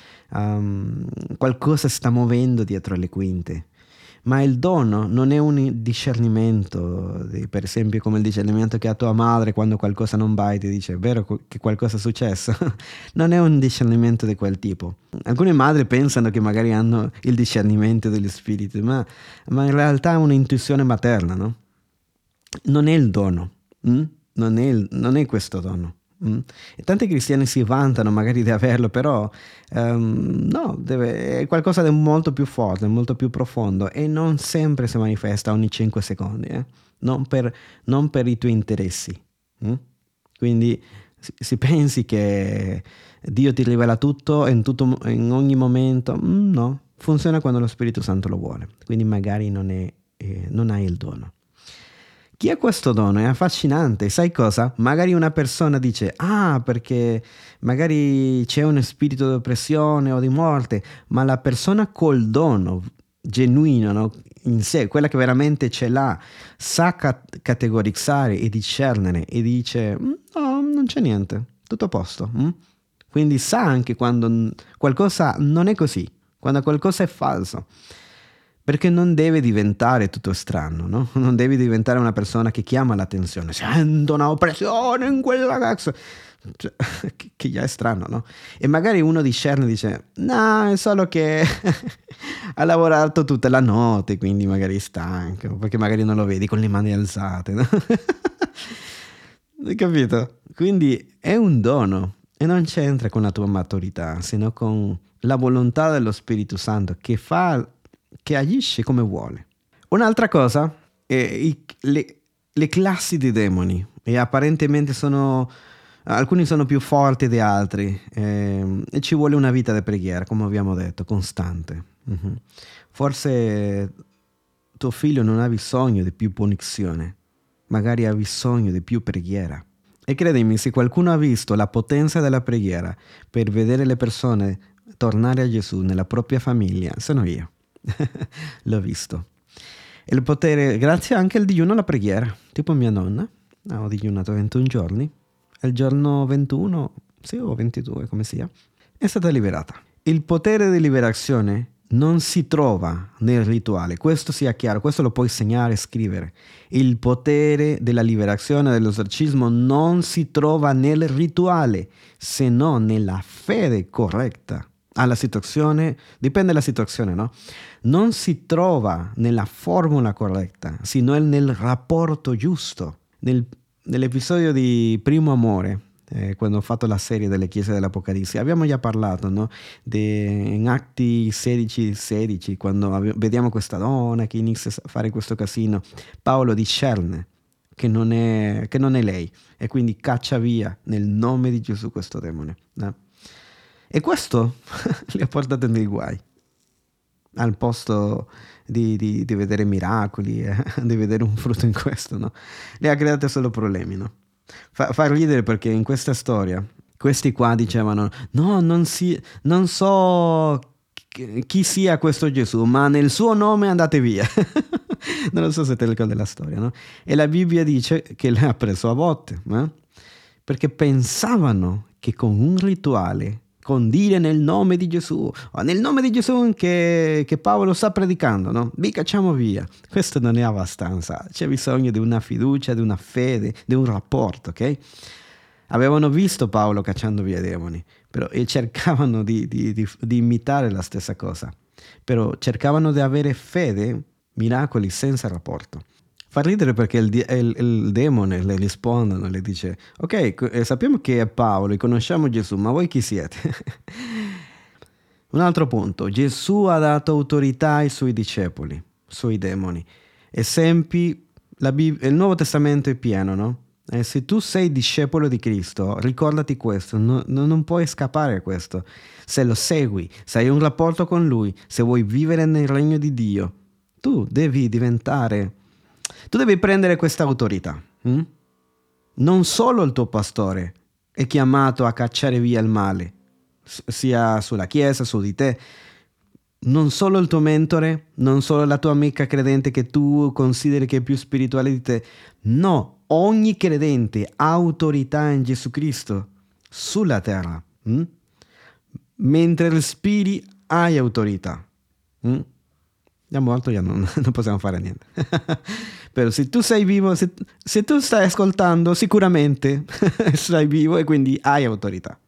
Um, qualcosa si sta muovendo dietro le quinte. Ma il dono non è un discernimento, per esempio come il discernimento che ha tua madre quando qualcosa non va e ti dice è vero che qualcosa è successo. Non è un discernimento di quel tipo. Alcune madri pensano che magari hanno il discernimento degli spiriti, ma, ma in realtà è un'intuizione materna, no? Non è il dono, hm? non, è il, non è questo dono. Mm. E tanti cristiani si vantano magari di averlo, però um, no, deve, è qualcosa di molto più forte, molto più profondo, e non sempre si manifesta ogni cinque secondi, eh? non, per, non per i tuoi interessi. Mm? Quindi si, si pensi che Dio ti rivela tutto in, tutto, in ogni momento. Mm, no, funziona quando lo Spirito Santo lo vuole, quindi magari non, è, eh, non hai il dono. Chi ha questo dono? È affascinante. Sai cosa? Magari una persona dice, ah, perché magari c'è uno spirito di oppressione o di morte, ma la persona col dono genuino, no? In sé, quella che veramente ce l'ha, sa cat- categorizzare e discernere e dice, no, non c'è niente, tutto a posto. Hm? Quindi sa anche quando qualcosa non è così, quando qualcosa è falso. Perché non deve diventare tutto strano, no? Non devi diventare una persona che chiama l'attenzione. Sento una oppressione in quel ragazzo. Cioè, che già è strano, no? E magari uno discerne e dice, no, è solo che ha lavorato tutta la notte, quindi magari è stanco, perché magari non lo vedi con le mani alzate, no? Hai capito? Quindi è un dono e non c'entra con la tua maturità, sino con la volontà dello Spirito Santo che fa... che agisce come vuole. Un'altra cosa è i, le, le classi di demoni, e apparentemente sono alcuni sono più forti di altri, eh, e ci vuole una vita di preghiera, come abbiamo detto, costante. Uh-huh. Forse tuo figlio non ha bisogno di più punizione, magari ha bisogno di più preghiera. E credimi, se qualcuno ha visto la potenza della preghiera per vedere le persone tornare a Gesù nella propria famiglia, sono io. L'ho visto. E il potere, grazie anche al digiuno alla preghiera, tipo mia nonna, ho digiunato ventuno giorni, e il giorno ventuno, sì, o ventidue, come sia, è stata liberata. Il potere di liberazione non si trova nel rituale, questo sia chiaro, questo lo puoi segnare e scrivere. Il potere della liberazione, dell'esorcismo, non si trova nel rituale, se non nella fede corretta alla situazione, dipende dalla situazione, no? Non si trova nella formula corretta, sino nel rapporto giusto. Nel, nell'episodio di Primo Amore, eh, quando ho fatto la serie delle chiese dell'Apocalisse, abbiamo già parlato, no? De, in Atti sedici sedici, quando abbiamo, vediamo questa donna che inizia a fare questo casino, Paolo discerne che non è, che non è lei, e quindi caccia via nel nome di Gesù questo demone, no? E questo li ha portati nei guai, al posto di, di, di vedere miracoli, eh, di vedere un frutto in questo, no? Li ha creati solo problemi, no? Fa, fa ridere perché in questa storia questi qua dicevano, no, non, si, non so chi, chi sia questo Gesù, ma nel suo nome andate via. Non lo so se te lo ricordi la storia, no? E la Bibbia dice che le ha preso a botte, eh? Perché pensavano che con un rituale, con dire nel nome di Gesù, o nel nome di Gesù che, che Paolo sta predicando, no? Vi cacciamo via. Questo non è abbastanza, c'è bisogno di una fiducia, di una fede, di un rapporto, ok? Avevano visto Paolo cacciando via i demoni, però, e cercavano di, di, di, di imitare la stessa cosa, però cercavano di avere fede, miracoli senza rapporto. Fa ridere perché il, il, il demone le rispondono, le dice: ok, eh, sappiamo che è Paolo e conosciamo Gesù, ma voi chi siete? Un altro punto: Gesù ha dato autorità ai suoi discepoli, sui demoni. Esempi, la Bib- il Nuovo Testamento è pieno, no? E se tu sei discepolo di Cristo, ricordati questo, no, no, non puoi scappare a questo. Se lo segui, se hai un rapporto con Lui, se vuoi vivere nel regno di Dio, tu devi diventare, tu devi prendere questa autorità. Hm? Non solo il tuo pastore è chiamato a cacciare via il male, sia sulla Chiesa, su di te. Non solo il tuo mentore, non solo la tua amica credente che tu consideri che è più spirituale di te. No, ogni credente ha autorità in Gesù Cristo sulla terra. Hm? Mentre respiri hai autorità. Hm? Andiamo altro, ya non, non possiamo fare niente. Però se tu sei vivo, se, se tu stai ascoltando, sicuramente sei vivo e quindi hai autorità.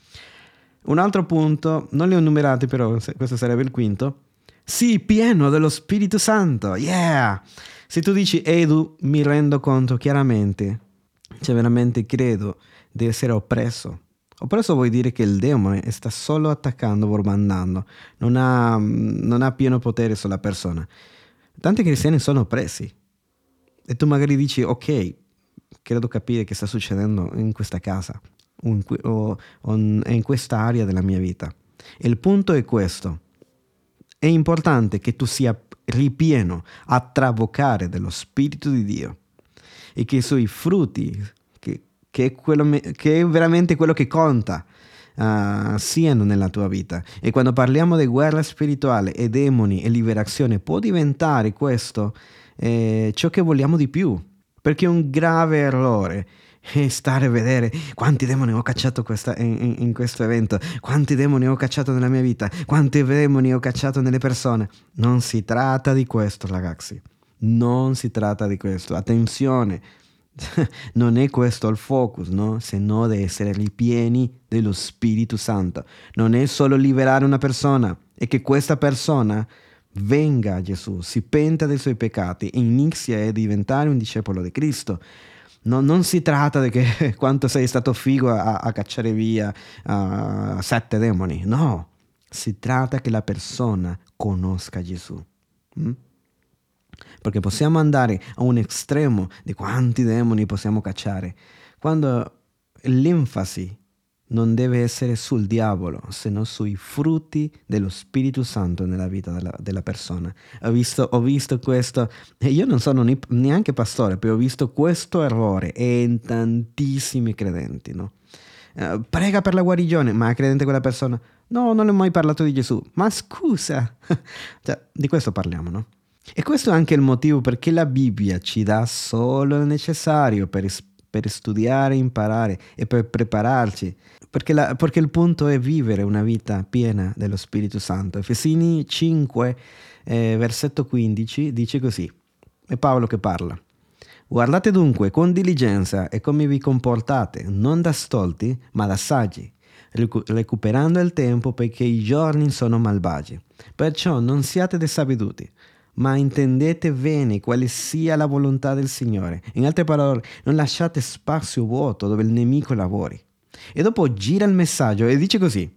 Un altro punto, non li ho numerati, però questo sarebbe il quinto. Sii pieno dello Spirito Santo. Yeah! Se tu dici Edu, mi rendo conto chiaramente, cioè veramente credo di essere oppresso. Oppresso vuol dire che il demone sta solo attaccando, bombardando, non ha, non ha pieno potere sulla persona. Tanti cristiani sono oppressi. E tu magari dici, ok, credo capire che sta succedendo in questa casa o, o, o in questa area della mia vita. E il punto è questo. È importante che tu sia ripieno a traboccare dello Spirito di Dio e che i suoi frutti, che, che, è, quello, che è veramente quello che conta, uh, siano nella tua vita. E quando parliamo di guerra spirituale e demoni e liberazione, può diventare questo eh, ciò che vogliamo di più, perché è un grave errore e stare a vedere quanti demoni ho cacciato questa, in, in questo evento, quanti demoni ho cacciato nella mia vita, quanti demoni ho cacciato nelle persone. Non si tratta di questo, ragazzi, non si tratta di questo. Attenzione, non è questo il focus, no? Se no di essere ripieni dello Spirito Santo. Non è solo liberare una persona, è che questa persona venga a Gesù, si penta dei suoi peccati e inizia a diventare un discepolo di Cristo. No, non si tratta di che quanto sei stato figo a, a cacciare via uh, sette demoni. No, si tratta che la persona conosca Gesù. Mm? Perché possiamo andare a un estremo di quanti demoni possiamo cacciare, quando l'enfasi non deve essere sul diavolo, se no sui frutti dello Spirito Santo nella vita della, della persona. Ho visto, ho visto questo, e io non sono neanche pastore, però ho visto questo errore in tantissimi credenti, no? Uh, prega per la guarigione, ma è credente quella persona? No, non ho mai parlato di Gesù. Ma scusa! Cioè, di questo parliamo, no? E questo è anche il motivo perché la Bibbia ci dà solo il necessario per, per studiare, imparare e per prepararci. Perché, la, perché il punto è vivere una vita piena dello Spirito Santo. Efesini cinque, eh, versetto quindici, dice così. È Paolo che parla. Guardate dunque con diligenza e come vi comportate, non da stolti, ma da saggi, recuperando il tempo perché i giorni sono malvagi. Perciò non siate desaveduti, ma intendete bene quale sia la volontà del Signore. In altre parole, non lasciate spazio vuoto dove il nemico lavori. E dopo gira il messaggio e dice così.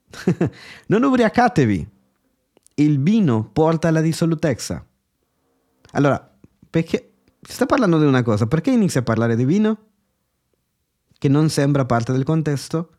Non ubriacatevi, il vino porta alla dissolutezza. Allora, perché si sta parlando di una cosa, perché inizia a parlare di vino? Che non sembra parte del contesto?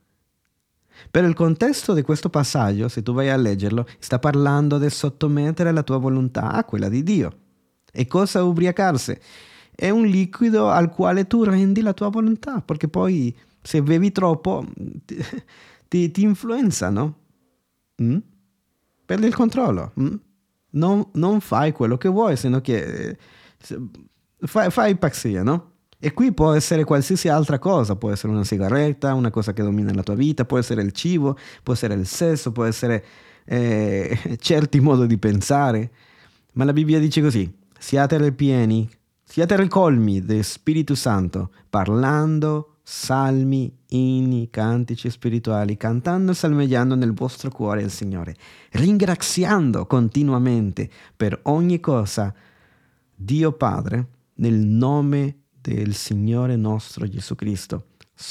Per il contesto di questo passaggio, se tu vai a leggerlo, sta parlando di sottomettere la tua volontà a quella di Dio. E cosa ubriacarsi? È un liquido al quale tu rendi la tua volontà, perché poi se bevi troppo ti, ti, ti influenza, no? Mm? Perdi il controllo. Mm? Non, non fai quello che vuoi, sennò che eh, fai, fai pazzia, no? E qui può essere qualsiasi altra cosa, può essere una sigaretta, una cosa che domina la tua vita, può essere il cibo, può essere il sesso, può essere eh, certi modi di pensare. Ma la Bibbia dice così: siate ripieni, siate ricolmi del Spirito Santo, parlando salmi, inni, cantici spirituali, cantando e salmeggiando nel vostro cuore il Signore, ringraziando continuamente per ogni cosa Dio Padre nel nome del Signore nostro Gesù Cristo,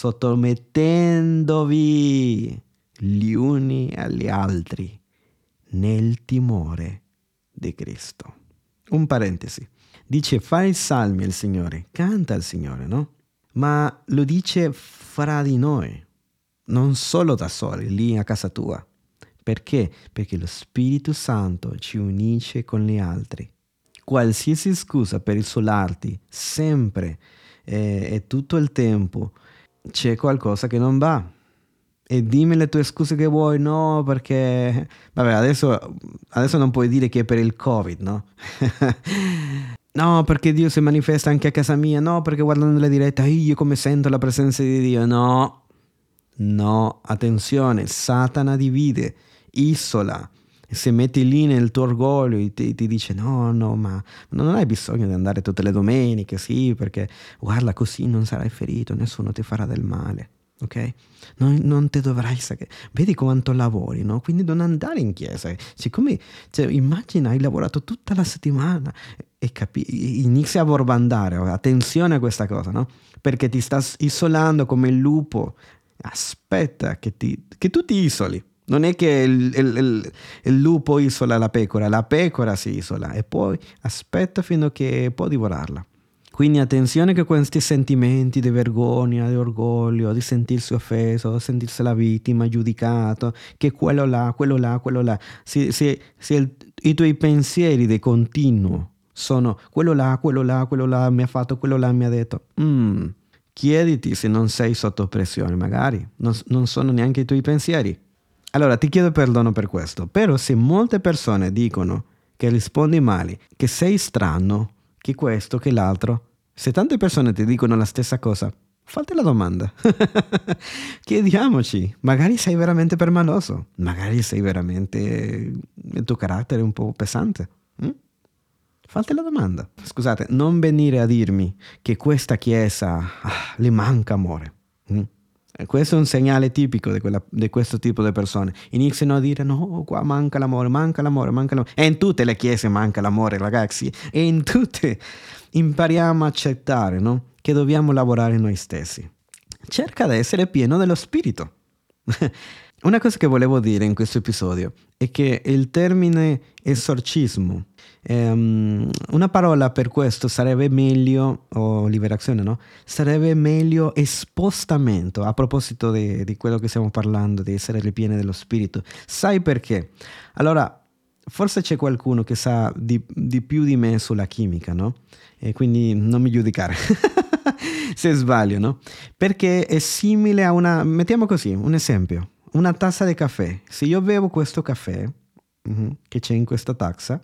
sottomettendovi gli uni agli altri nel timore di Cristo. Un parentesi. Dice fai salmi al Signore, canta al Signore, no? Ma lo dice fra di noi, non solo da soli, lì a casa tua. Perché? Perché lo Spirito Santo ci unisce con gli altri. Qualsiasi scusa per isolarti, sempre eh, e tutto il tempo, c'è qualcosa che non va. E dimmi le tue scuse che vuoi, no, perché... Vabbè, adesso, adesso non puoi dire che è per il Covid, no? No, perché Dio si manifesta anche a casa mia, no, perché guardando la diretta, io come sento la presenza di Dio, no. No, attenzione, Satana divide, isola. Se metti lì nel tuo orgoglio ti, ti dice no, no, ma non hai bisogno di andare tutte le domeniche, sì, perché guarda così non sarai ferito, nessuno ti farà del male, ok? Non, non ti dovrai sapere, vedi quanto lavori, no? Quindi non andare in chiesa, siccome, cioè, immagina hai lavorato tutta la settimana e capi, inizia a borbandare, attenzione a questa cosa, no? Perché ti sta isolando come il lupo, aspetta che, ti, che tu ti isoli. Non è che il, il, il, il lupo isola la pecora, la pecora si isola e poi aspetta fino a che può divorarla. Quindi attenzione che questi sentimenti di vergogna, di orgoglio, di sentirsi offeso, di sentirsi la vittima, giudicato, che quello là, quello là, quello là, se, se, se il, i tuoi pensieri di continuo sono quello là, quello là, quello là mi ha fatto, quello là mi ha detto, mm, chiediti se non sei sotto pressione, magari non, non sono neanche i tuoi pensieri. Allora ti chiedo perdono per questo, però se molte persone dicono che rispondi male, che sei strano, che questo, che l'altro, se tante persone ti dicono la stessa cosa, fate la domanda. Chiediamoci, magari sei veramente permaloso, magari sei veramente, il tuo carattere è un po' pesante. Hm? Fate la domanda. Scusate, non venire a dirmi che questa chiesa ah, le manca amore. Hm? Questo è un segnale tipico di, quella, di questo tipo di persone. Iniziano a dire no, qua manca l'amore, manca l'amore, manca l'amore. E in tutte le chiese manca l'amore, ragazzi. E in tutte impariamo a accettare, no? Che dobbiamo lavorare noi stessi. Cerca di essere pieno dello spirito. Una cosa che volevo dire in questo episodio è che il termine esorcismo, ehm, una parola per questo sarebbe meglio, o liberazione, no? Sarebbe meglio spostamento, a proposito di, di quello che stiamo parlando, di essere ripieni dello spirito. Sai perché? Allora, forse c'è qualcuno che sa di, di più di me sulla chimica, no? E quindi non mi giudicare se sbaglio, no? Perché è simile a una, mettiamo così, un esempio. Una tazza di caffè. Se io bevo questo caffè uh-huh, che c'è in questa tazza,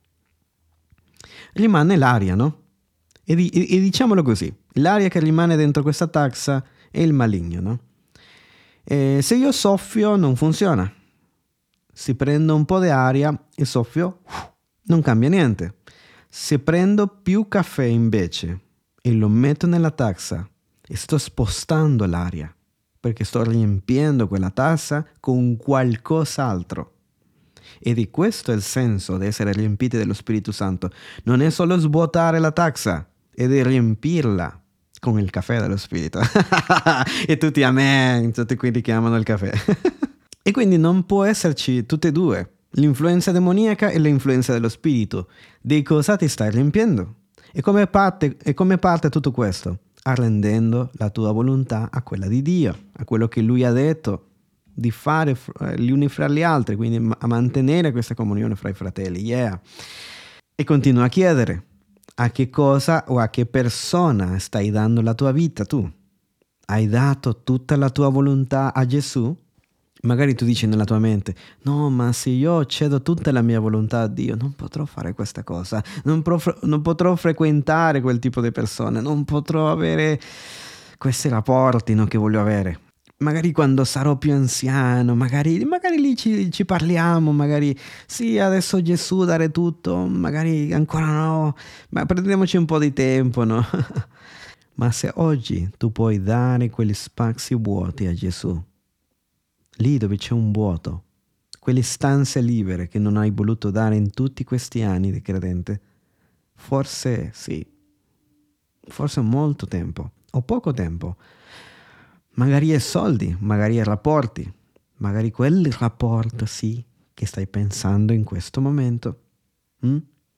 rimane l'aria, no? E, di, e, e diciamolo così, l'aria che rimane dentro questa tazza è il maligno, no? E se io soffio non funziona. Se prendo un po' di aria e soffio, non cambia niente. Se prendo più caffè invece e lo metto nella tazza e sto spostando l'aria, perché sto riempiendo quella tazza con qualcos'altro. E di questo è il senso di essere riempiti dello Spirito Santo. Non è solo svuotare la tazza, è di riempirla con il caffè dello Spirito. E tutti amen, tutti quelli che amano il caffè. E quindi non può esserci tutte e due, l'influenza demoniaca e l'influenza dello Spirito. Di cosa ti stai riempiendo? E come parte, e come parte tutto questo? Arrendendo la tua volontà a quella di Dio, a quello che Lui ha detto di fare gli uni fra gli altri, quindi a mantenere questa comunione fra i fratelli. Yeah. E continua a chiedere a che cosa o a che persona stai dando la tua vita tu. Hai dato tutta la tua volontà a Gesù? Magari tu dici nella tua mente, no, ma se io cedo tutta la mia volontà a Dio, non potrò fare questa cosa, non, pro- non potrò frequentare quel tipo di persone, non potrò avere questi rapporti, no, che voglio avere. Magari quando sarò più anziano, magari, magari lì ci, ci parliamo, magari sì, adesso Gesù dare tutto, magari ancora no, ma prendiamoci un po' di tempo, no? Ma se oggi tu puoi dare quegli spazi vuoti a Gesù, lì dove c'è un vuoto, quelle stanze libere che non hai voluto dare in tutti questi anni di credente, forse sì, forse molto tempo o poco tempo, magari è soldi, magari è rapporti, magari quel rapporto sì che stai pensando in questo momento. Mm?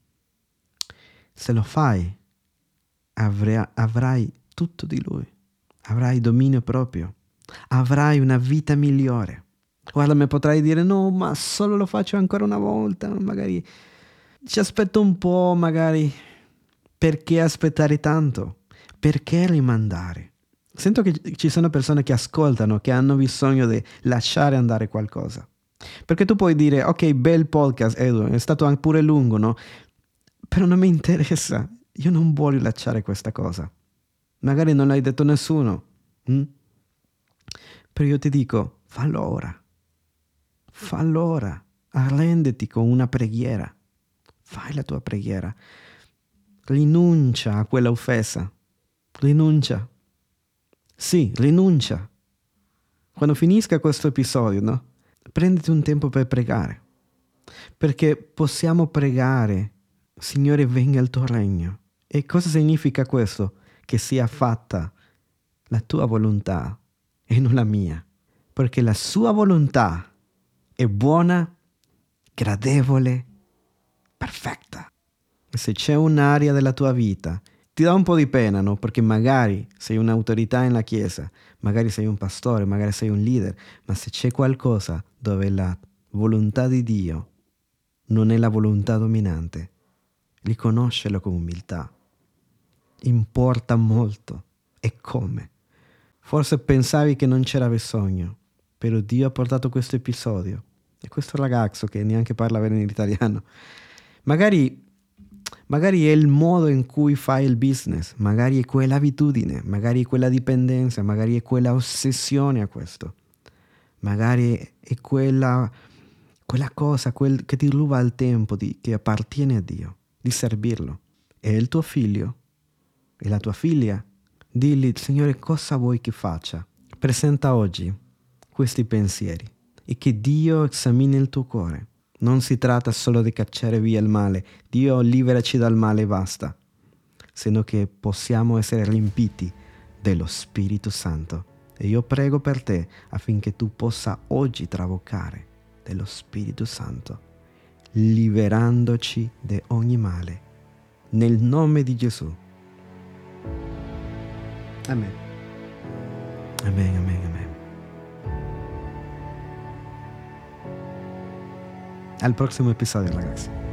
Se lo fai, avrai, avrai tutto di lui, avrai dominio proprio, avrai una vita migliore. Guarda, mi potrai dire no, ma solo lo faccio ancora una volta, magari ci aspetto un po', magari. Perché aspettare tanto? Perché rimandare? Sento che ci sono persone che ascoltano, che hanno bisogno di lasciare andare qualcosa. Perché tu puoi dire, ok, bel podcast, Edu, è stato anche pure lungo, no? Però non mi interessa, io non voglio lasciare questa cosa. Magari non l'hai detto a nessuno. Hm? Però io ti dico, fallo ora. Fallo ora. Arrenditi con una preghiera. Fai la tua preghiera. Rinuncia a quella offesa. Rinuncia. Sì, rinuncia. Quando finisca questo episodio, no? Prenditi un tempo per pregare. Perché possiamo pregare, Signore, venga il tuo regno. E cosa significa questo? Che sia fatta la tua volontà e non la mia. Perché la sua volontà è buona, gradevole, perfetta. E se c'è un'area della tua vita, ti dà un po' di pena, no? Perché magari sei un'autorità nella chiesa, magari sei un pastore, magari sei un leader, ma se c'è qualcosa dove la volontà di Dio non è la volontà dominante, riconoscelo con umiltà. Importa molto. E come? Forse pensavi che non c'era bisogno, però Dio ha portato questo episodio. E questo ragazzo che neanche parla bene in italiano, magari, magari è il modo in cui fai il business, magari è quell'abitudine, magari è quella dipendenza, magari è quella ossessione a questo, magari è quella, quella cosa quel, che ti ruba il tempo di, che appartiene a Dio, di servirlo. È il tuo figlio, è la tua figlia. Dilli, Signore, cosa vuoi che faccia? Presenta oggi questi pensieri e che Dio esamini il tuo cuore. Non si tratta solo di cacciare via il male. Dio liberaci dal male e basta. Sino che possiamo essere riempiti dello Spirito Santo. E io prego per te affinché tu possa oggi traboccare dello Spirito Santo, liberandoci da ogni male. Nel nome di Gesù. Amen. Amen, amen, amen. Al prossimo episodio, ragazzi.